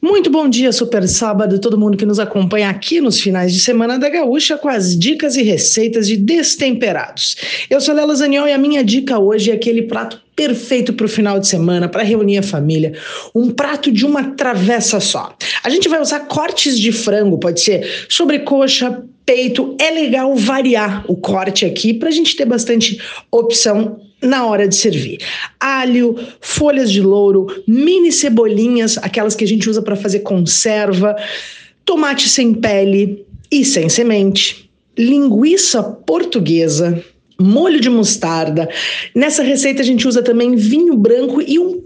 Muito bom dia, super sábado, todo mundo que nos acompanha aqui nos finais de semana da Gaúcha com as dicas e receitas de destemperados. Eu sou Lela Zaniol e a minha dica hoje é aquele prato perfeito para o final de semana, para reunir a família, um prato de uma travessa só. A gente vai usar cortes de frango, pode ser sobrecoxa, peito, é legal variar o corte aqui para a gente ter bastante opção na hora de servir. Alho, folhas de louro, mini cebolinhas, aquelas que a gente usa para fazer conserva, tomate sem pele e sem semente, linguiça portuguesa, molho de mostarda. Nessa receita a gente usa também vinho branco e um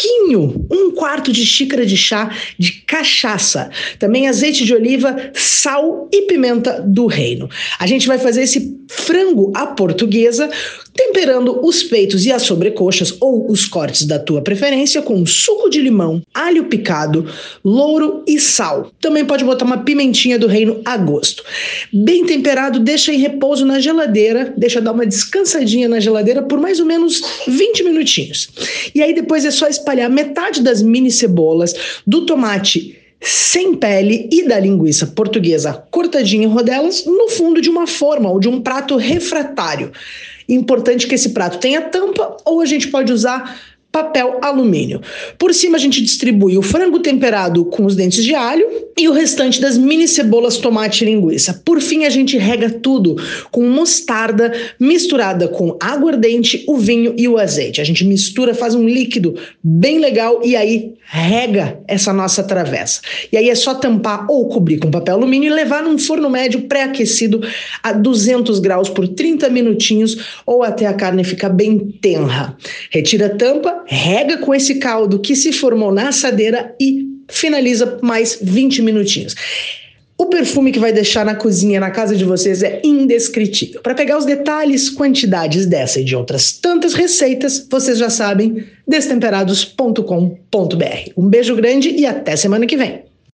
quarto de xícara de chá de cachaça. Também azeite de oliva, sal e pimenta do reino. A gente vai fazer esse frango à portuguesa, temperando os peitos e as sobrecoxas ou os cortes da tua preferência com suco de limão, alho picado, louro e sal. Também pode botar uma pimentinha do reino a gosto. Bem temperado, deixa em repouso na geladeira, deixa dar uma descansadinha na geladeira por mais ou menos 20 minutinhos. E aí depois é só espalhar metade das mini cebolas, do tomate sem pele e da linguiça portuguesa cortadinha em rodelas no fundo de uma forma ou de um prato refratário. Importante que esse prato tenha tampa ou a gente pode usar papel alumínio. Por cima a gente distribui o frango temperado com os dentes de alho e o restante das mini cebolas, tomate e linguiça. Por fim a gente rega tudo com mostarda misturada com aguardente, o vinho e o azeite. A gente mistura, faz um líquido bem legal e aí rega essa nossa travessa. E aí é só tampar ou cobrir com papel alumínio e levar num forno médio pré-aquecido a 200 graus por 30 minutinhos ou até a carne ficar bem tenra. Retira a tampa, rega com esse caldo que se formou na assadeira e finaliza mais 20 minutinhos. O perfume que vai deixar na cozinha, na casa de vocês, é indescritível. Para pegar os detalhes, quantidades dessa e de outras tantas receitas, vocês já sabem, destemperados.com.br. Um beijo grande e até semana que vem.